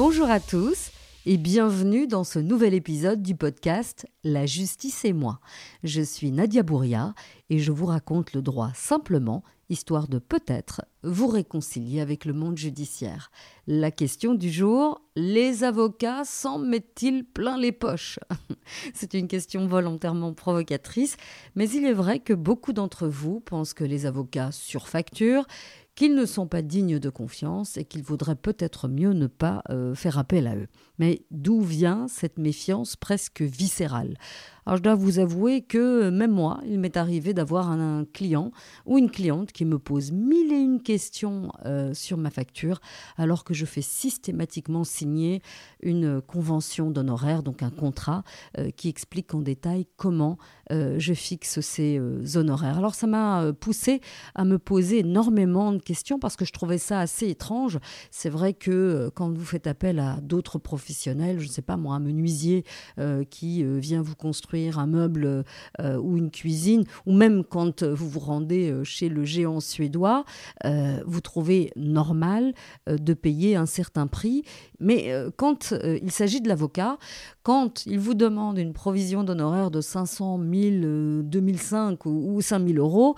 Bonjour à tous et bienvenue dans ce nouvel épisode du podcast La justice et moi. Je suis Nadia Bouria et je vous raconte le droit simplement, histoire de peut-être vous réconcilier avec le monde judiciaire. La question du jour, les avocats s'en mettent-ils plein les poches ? C'est une question volontairement provocatrice, mais il est vrai que beaucoup d'entre vous pensent que les avocats surfacturent, qu'ils ne sont pas dignes de confiance et qu'il vaudrait peut-être mieux ne pas faire appel à eux. Mais d'où vient cette méfiance presque viscérale ? Alors je dois vous avouer que même moi, il m'est arrivé d'avoir un client ou une cliente qui me pose mille et une questions sur ma facture alors que je fais systématiquement signer une convention d'honoraires, donc un contrat qui explique en détail comment je fixe ces honoraires. Alors ça m'a poussé à me poser énormément de questions parce que je trouvais ça assez étrange. C'est vrai que quand vous faites appel à d'autres professionnels, je ne sais pas moi, un menuisier qui vient vous construire un meuble ou une cuisine, ou même quand vous vous rendez chez le géant suédois, vous trouvez normal de payer un certain prix. Mais quand il s'agit de l'avocat, quand il vous demande une provision d'honoraires de 500 000, 2005 ou 5 000 euros,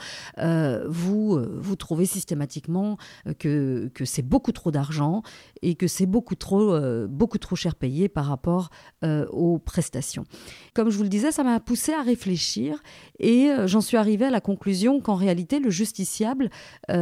vous trouvez systématiquement que c'est beaucoup trop d'argent et que c'est beaucoup trop cher payé par rapport aux prestations. Comme je vous le disais, ça m'a poussé à réfléchir et j'en suis arrivée à la conclusion qu'en réalité, le justiciable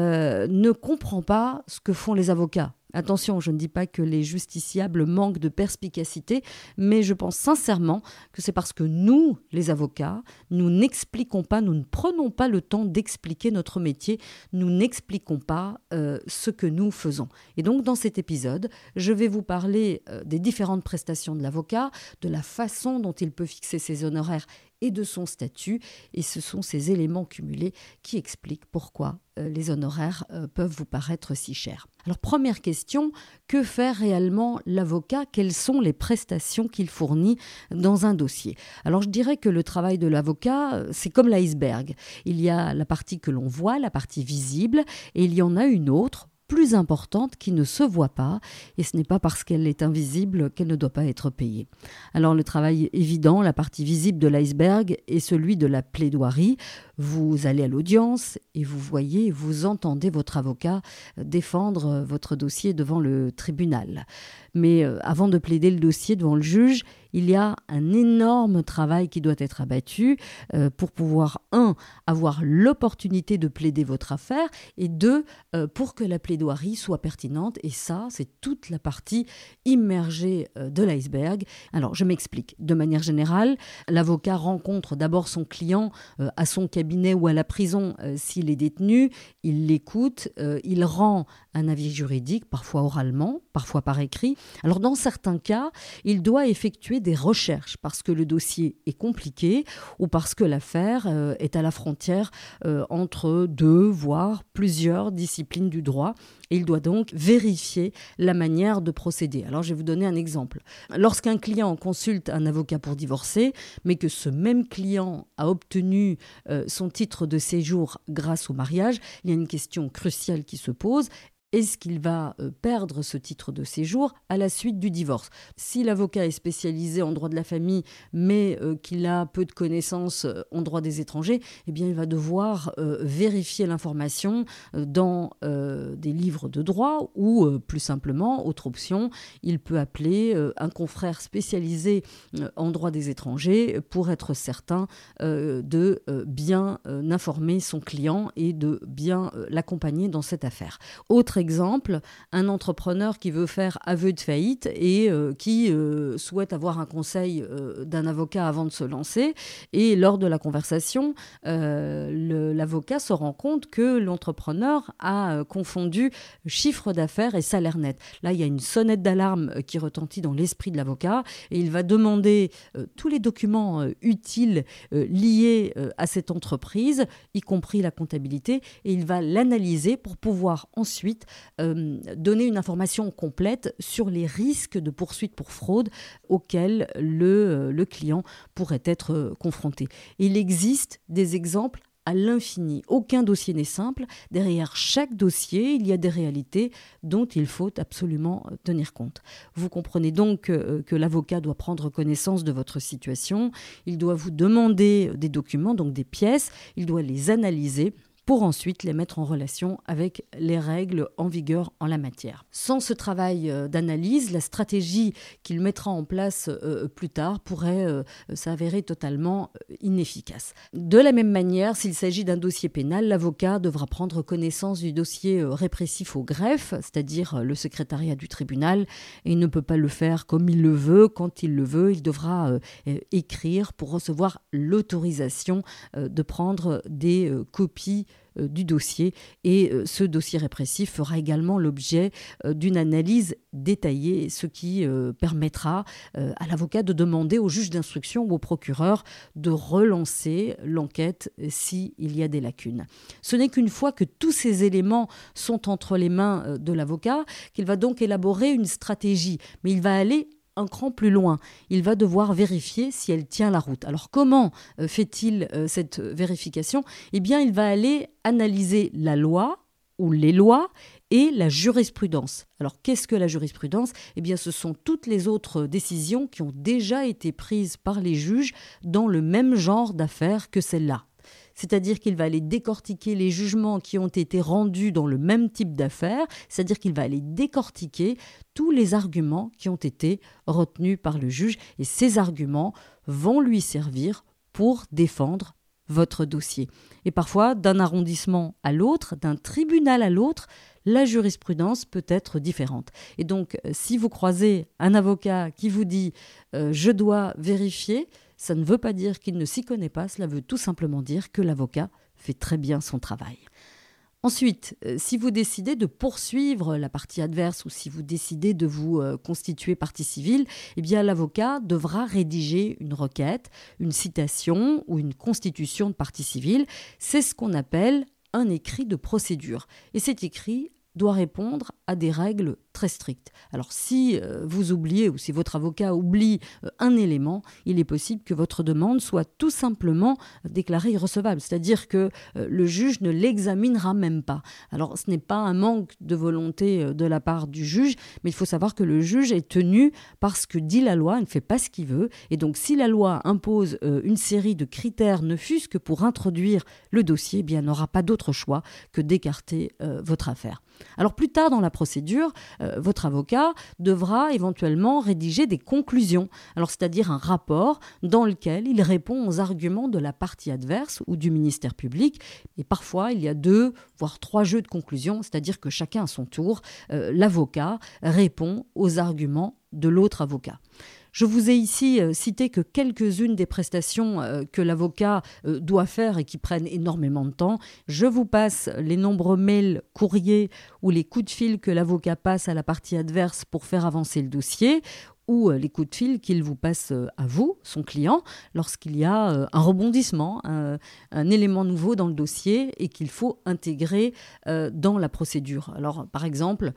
ne comprend pas ce que font les avocats. Attention, je ne dis pas que les justiciables manquent de perspicacité, mais je pense sincèrement que c'est parce que nous, les avocats, nous n'expliquons pas, nous ne prenons pas le temps d'expliquer notre métier, nous n'expliquons pas ce que nous faisons. Et donc, dans cet épisode, je vais vous parler des différentes prestations de l'avocat, de la façon dont il peut fixer ses honoraires et de son statut. Et ce sont ces éléments cumulés qui expliquent pourquoi les honoraires peuvent vous paraître si chers. Alors, première question, que fait réellement l'avocat ? Quelles sont les prestations qu'il fournit dans un dossier ? Alors, je dirais que le travail de l'avocat, c'est comme l'iceberg. Il y a la partie que l'on voit, la partie visible, et il y en a une autre, plus importante, qui ne se voit pas, et ce n'est pas parce qu'elle est invisible qu'elle ne doit pas être payée. Alors le travail évident, la partie visible de l'iceberg, est celui de la plaidoirie. Vous allez à l'audience et vous entendez votre avocat défendre votre dossier devant le tribunal. Mais avant de plaider le dossier devant le juge, il y a un énorme travail qui doit être abattu pour pouvoir, 1, avoir l'opportunité de plaider votre affaire et 2, pour que la plaidoirie soit pertinente. Et ça, c'est toute la partie immergée de l'iceberg. Alors, je m'explique. De manière générale, l'avocat rencontre d'abord son client à son cabinet ou à la prison s'il est détenu. Il l'écoute, il rend un avis juridique, parfois oralement, parfois par écrit. Alors, dans certains cas, il doit effectuer des recherches parce que le dossier est compliqué ou parce que l'affaire est à la frontière entre 2, voire plusieurs disciplines du droit. Et il doit donc vérifier la manière de procéder. Alors, je vais vous donner un exemple. Lorsqu'un client consulte un avocat pour divorcer, mais que ce même client a obtenu son titre de séjour grâce au mariage, il y a une question cruciale qui se pose. Est-ce qu'il va perdre ce titre de séjour à la suite du divorce ? Si l'avocat est spécialisé en droit de la famille, mais qu'il a peu de connaissances en droit des étrangers, eh bien, il va devoir vérifier l'information dans des livres de droit ou, plus simplement, autre option, il peut appeler un confrère spécialisé en droit des étrangers pour être certain de bien informer son client et de bien l'accompagner dans cette affaire. Autre exemple, un entrepreneur qui veut faire aveu de faillite et qui souhaite avoir un conseil d'un avocat avant de se lancer. Et lors de la conversation, l'avocat se rend compte que l'entrepreneur a confondu chiffre d'affaires et salaire net. Là, il y a une sonnette d'alarme qui retentit dans l'esprit de l'avocat et il va demander tous les documents utiles liés à cette entreprise, y compris la comptabilité, et il va l'analyser pour pouvoir ensuite donner une information complète sur les risques de poursuite pour fraude auxquels le client pourrait être confronté. Il existe des exemples à l'infini. Aucun dossier n'est simple. Derrière chaque dossier, il y a des réalités dont il faut absolument tenir compte. Vous comprenez donc que l'avocat doit prendre connaissance de votre situation. Il doit vous demander des documents, donc des pièces. Il doit les analyser pour ensuite les mettre en relation avec les règles en vigueur en la matière. Sans ce travail d'analyse, la stratégie qu'il mettra en place plus tard pourrait s'avérer totalement inefficace. De la même manière, s'il s'agit d'un dossier pénal, l'avocat devra prendre connaissance du dossier répressif au greffe, c'est-à-dire le secrétariat du tribunal, et il ne peut pas le faire comme il le veut, quand il le veut. Il devra écrire pour recevoir l'autorisation de prendre des copies du dossier, et ce dossier répressif fera également l'objet d'une analyse détaillée, ce qui permettra à l'avocat de demander au juge d'instruction ou au procureur de relancer l'enquête s'il y a des lacunes. Ce n'est qu'une fois que tous ces éléments sont entre les mains de l'avocat qu'il va donc élaborer une stratégie, mais il va aller un cran plus loin. Il va devoir vérifier si elle tient la route. Alors comment fait-il cette vérification ? Eh bien, il va aller analyser la loi ou les lois et la jurisprudence. Alors qu'est-ce que la jurisprudence ? Eh bien, ce sont toutes les autres décisions qui ont déjà été prises par les juges dans le même genre d'affaires que celle-là. C'est-à-dire qu'il va aller décortiquer les jugements qui ont été rendus dans le même type d'affaires, c'est-à-dire qu'il va aller décortiquer tous les arguments qui ont été retenus par le juge, et ces arguments vont lui servir pour défendre votre dossier. Et parfois, d'un arrondissement à l'autre, d'un tribunal à l'autre, la jurisprudence peut être différente. Et donc, si vous croisez un avocat qui vous dit « je dois vérifier », ça ne veut pas dire qu'il ne s'y connaît pas, cela veut tout simplement dire que l'avocat fait très bien son travail. Ensuite, si vous décidez de poursuivre la partie adverse ou si vous décidez de vous constituer partie civile, eh bien l'avocat devra rédiger une requête, une citation ou une constitution de partie civile. C'est ce qu'on appelle un écrit de procédure. Et cet écrit doit répondre à des règles très strictes. Alors si vous oubliez ou si votre avocat oublie un élément, il est possible que votre demande soit tout simplement déclarée irrecevable, c'est-à-dire que le juge ne l'examinera même pas. Alors ce n'est pas un manque de volonté de la part du juge, mais il faut savoir que le juge est tenu par ce que dit la loi, il ne fait pas ce qu'il veut, et donc si la loi impose une série de critères, ne fût-ce que pour introduire le dossier, eh bien, il n'aura pas d'autre choix que d'écarter votre affaire. Alors plus tard dans la procédure, votre avocat devra éventuellement rédiger des conclusions, alors c'est-à-dire un rapport dans lequel il répond aux arguments de la partie adverse ou du ministère public. Et parfois, il y a 2, voire 3 jeux de conclusion, c'est-à-dire que chacun à son tour, l'avocat répond aux arguments de l'autre avocat. Je vous ai ici cité que quelques-unes des prestations que l'avocat doit faire et qui prennent énormément de temps. Je vous passe les nombreux mails, courriers ou les coups de fil que l'avocat passe à la partie adverse pour faire avancer le dossier, ou les coups de fil qu'il vous passe à vous, son client, lorsqu'il y a un rebondissement, un élément nouveau dans le dossier et qu'il faut intégrer dans la procédure. Alors, par exemple,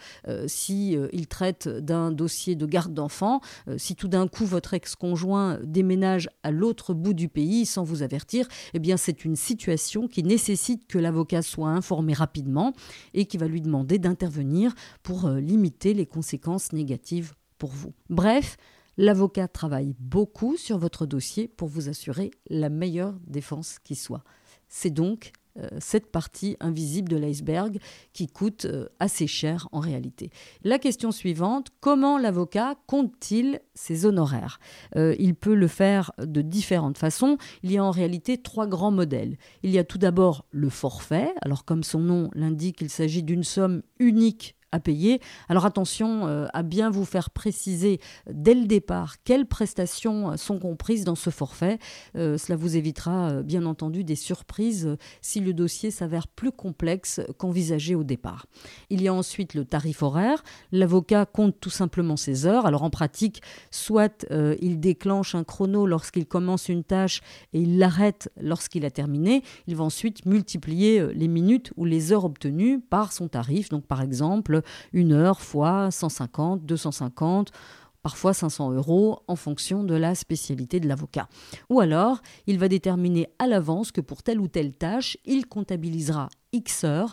si il traite d'un dossier de garde d'enfants, si tout d'un coup votre ex-conjoint déménage à l'autre bout du pays sans vous avertir, eh bien c'est une situation qui nécessite que l'avocat soit informé rapidement et qui va lui demander d'intervenir pour limiter les conséquences négatives pour vous. Bref, l'avocat travaille beaucoup sur votre dossier pour vous assurer la meilleure défense qui soit. C'est donc cette partie invisible de l'iceberg qui coûte assez cher en réalité. La question suivante, comment l'avocat compte-t-il ses honoraires ? Il peut le faire de différentes façons. Il y a en réalité 3 grands modèles. Il y a tout d'abord le forfait. Alors comme son nom l'indique, il s'agit d'une somme unique à payer. Alors attention à bien vous faire préciser dès le départ quelles prestations sont comprises dans ce forfait. Cela vous évitera bien entendu des surprises si le dossier s'avère plus complexe qu'envisagé au départ. Il y a ensuite le tarif horaire. L'avocat compte tout simplement ses heures. Alors en pratique, soit il déclenche un chrono lorsqu'il commence une tâche et il l'arrête lorsqu'il a terminé. Il va ensuite multiplier les minutes ou les heures obtenues par son tarif. Donc par exemple, 1 heure fois 150, 250, parfois 500 € en fonction de la spécialité de l'avocat. Ou alors, il va déterminer à l'avance que pour telle ou telle tâche, il comptabilisera X heures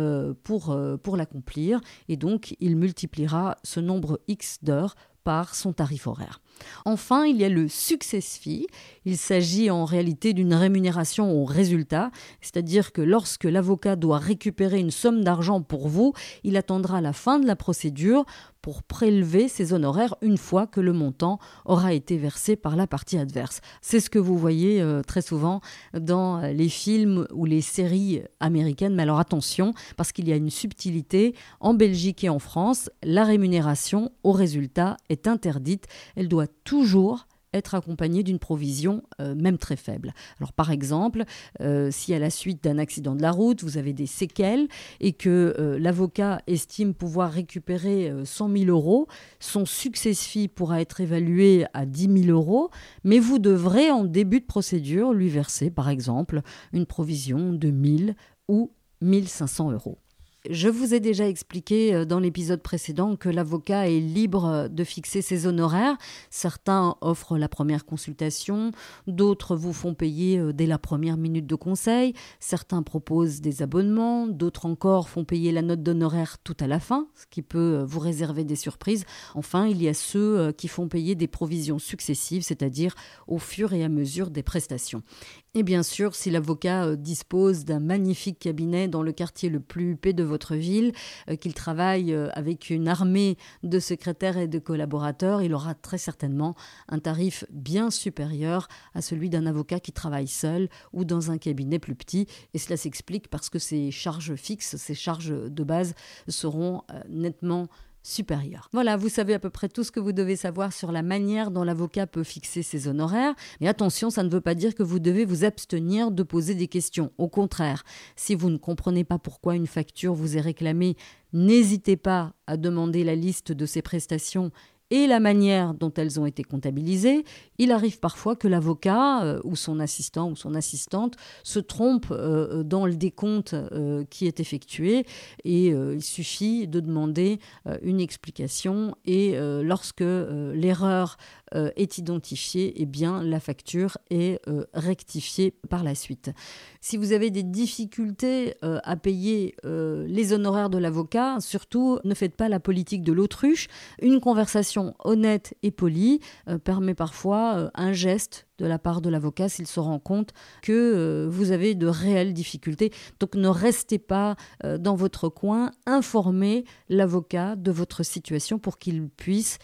pour l'accomplir et donc il multipliera ce nombre X d'heures par son tarif horaire. Enfin, il y a le success fee. Il s'agit en réalité d'une rémunération au résultat, c'est-à-dire que lorsque l'avocat doit récupérer une somme d'argent pour vous, il attendra la fin de la procédure pour prélever ses honoraires une fois que le montant aura été versé par la partie adverse. C'est ce que vous voyez très souvent dans les films ou les séries américaines. Mais alors attention, parce qu'il y a une subtilité. En Belgique et en France, la rémunération au résultat est interdite. Elle doit toujours être accompagnée d'une provision, même très faible. Alors par exemple, si à la suite d'un accident de la route, vous avez des séquelles et que l'avocat estime pouvoir récupérer 100 000 €, son success fee pourra être évalué à 10 000 €, mais vous devrez en début de procédure lui verser par exemple une provision de 1 000 ou 1 500 €. Je vous ai déjà expliqué dans l'épisode précédent que l'avocat est libre de fixer ses honoraires. Certains offrent la première consultation, d'autres vous font payer dès la première minute de conseil, certains proposent des abonnements, d'autres encore font payer la note d'honoraire tout à la fin, ce qui peut vous réserver des surprises. Enfin, il y a ceux qui font payer des provisions successives, c'est-à-dire au fur et à mesure des prestations. Et bien sûr, si l'avocat dispose d'un magnifique cabinet dans le quartier le plus huppé de votre ville, qu'il travaille avec une armée de secrétaires et de collaborateurs, il aura très certainement un tarif bien supérieur à celui d'un avocat qui travaille seul ou dans un cabinet plus petit. Et cela s'explique parce que ses charges fixes, ses charges de base seront nettement supérieur. Voilà, vous savez à peu près tout ce que vous devez savoir sur la manière dont l'avocat peut fixer ses honoraires. Mais attention, ça ne veut pas dire que vous devez vous abstenir de poser des questions. Au contraire, si vous ne comprenez pas pourquoi une facture vous est réclamée, n'hésitez pas à demander la liste de ses prestations et la manière dont elles ont été comptabilisées. Il arrive parfois que l'avocat ou son assistant ou son assistante se trompe dans le décompte qui est effectué et il suffit de demander une explication et lorsque l'erreur est identifiée, eh bien, la facture est rectifiée par la suite. Si vous avez des difficultés à payer les honoraires de l'avocat, surtout ne faites pas la politique de l'autruche. Une conversation honnête et polie permet parfois un geste de la part de l'avocat s'il se rend compte que vous avez de réelles difficultés. Donc ne restez pas dans votre coin, informez l'avocat de votre situation pour qu'il puisse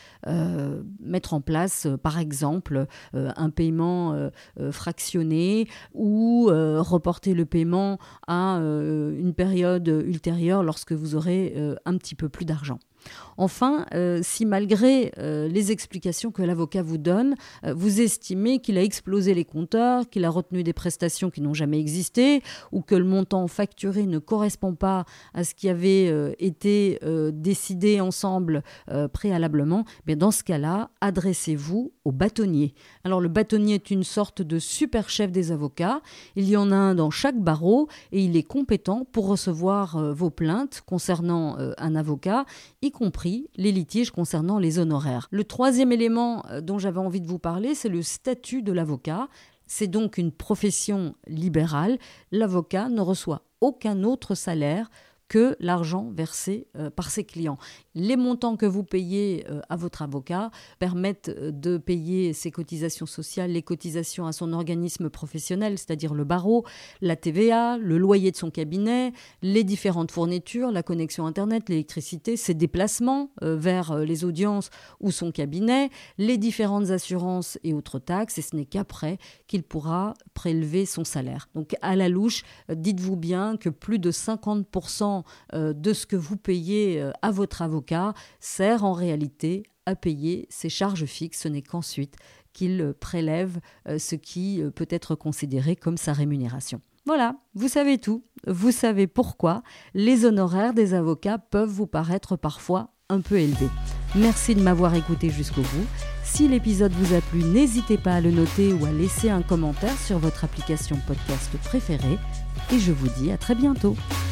mettre en place, par exemple, un paiement fractionné ou reporter le paiement à une période ultérieure lorsque vous aurez un petit peu plus d'argent. Enfin, si malgré les explications que l'avocat vous donne, vous estimez qu'il a explosé les compteurs, qu'il a retenu des prestations qui n'ont jamais existé, ou que le montant facturé ne correspond pas à ce qui avait été décidé ensemble préalablement, bien dans ce cas-là, adressez-vous au bâtonnier. Alors le bâtonnier est une sorte de super chef des avocats. Il y en a un dans chaque barreau et il est compétent pour recevoir vos plaintes concernant un avocat, y compris les litiges concernant les honoraires. Le troisième élément dont j'avais envie de vous parler, c'est le statut de l'avocat. C'est donc une profession libérale. L'avocat ne reçoit aucun autre salaire que l'argent versé par ses clients. Les montants que vous payez à votre avocat permettent de payer ses cotisations sociales, les cotisations à son organisme professionnel, c'est-à-dire le barreau, la TVA, le loyer de son cabinet, les différentes fournitures, la connexion Internet, l'électricité, ses déplacements vers les audiences ou son cabinet, les différentes assurances et autres taxes, et ce n'est qu'après qu'il pourra prélever son salaire. Donc à la louche, dites-vous bien que plus de 50% de ce que vous payez à votre avocat sert en réalité à payer ses charges fixes. Ce n'est qu'ensuite qu'il prélève ce qui peut être considéré comme sa rémunération. Voilà, vous savez tout. Vous savez pourquoi les honoraires des avocats peuvent vous paraître parfois un peu élevés. Merci de m'avoir écouté jusqu'au bout. Si l'épisode vous a plu, n'hésitez pas à le noter ou à laisser un commentaire sur votre application podcast préférée. Et je vous dis à très bientôt.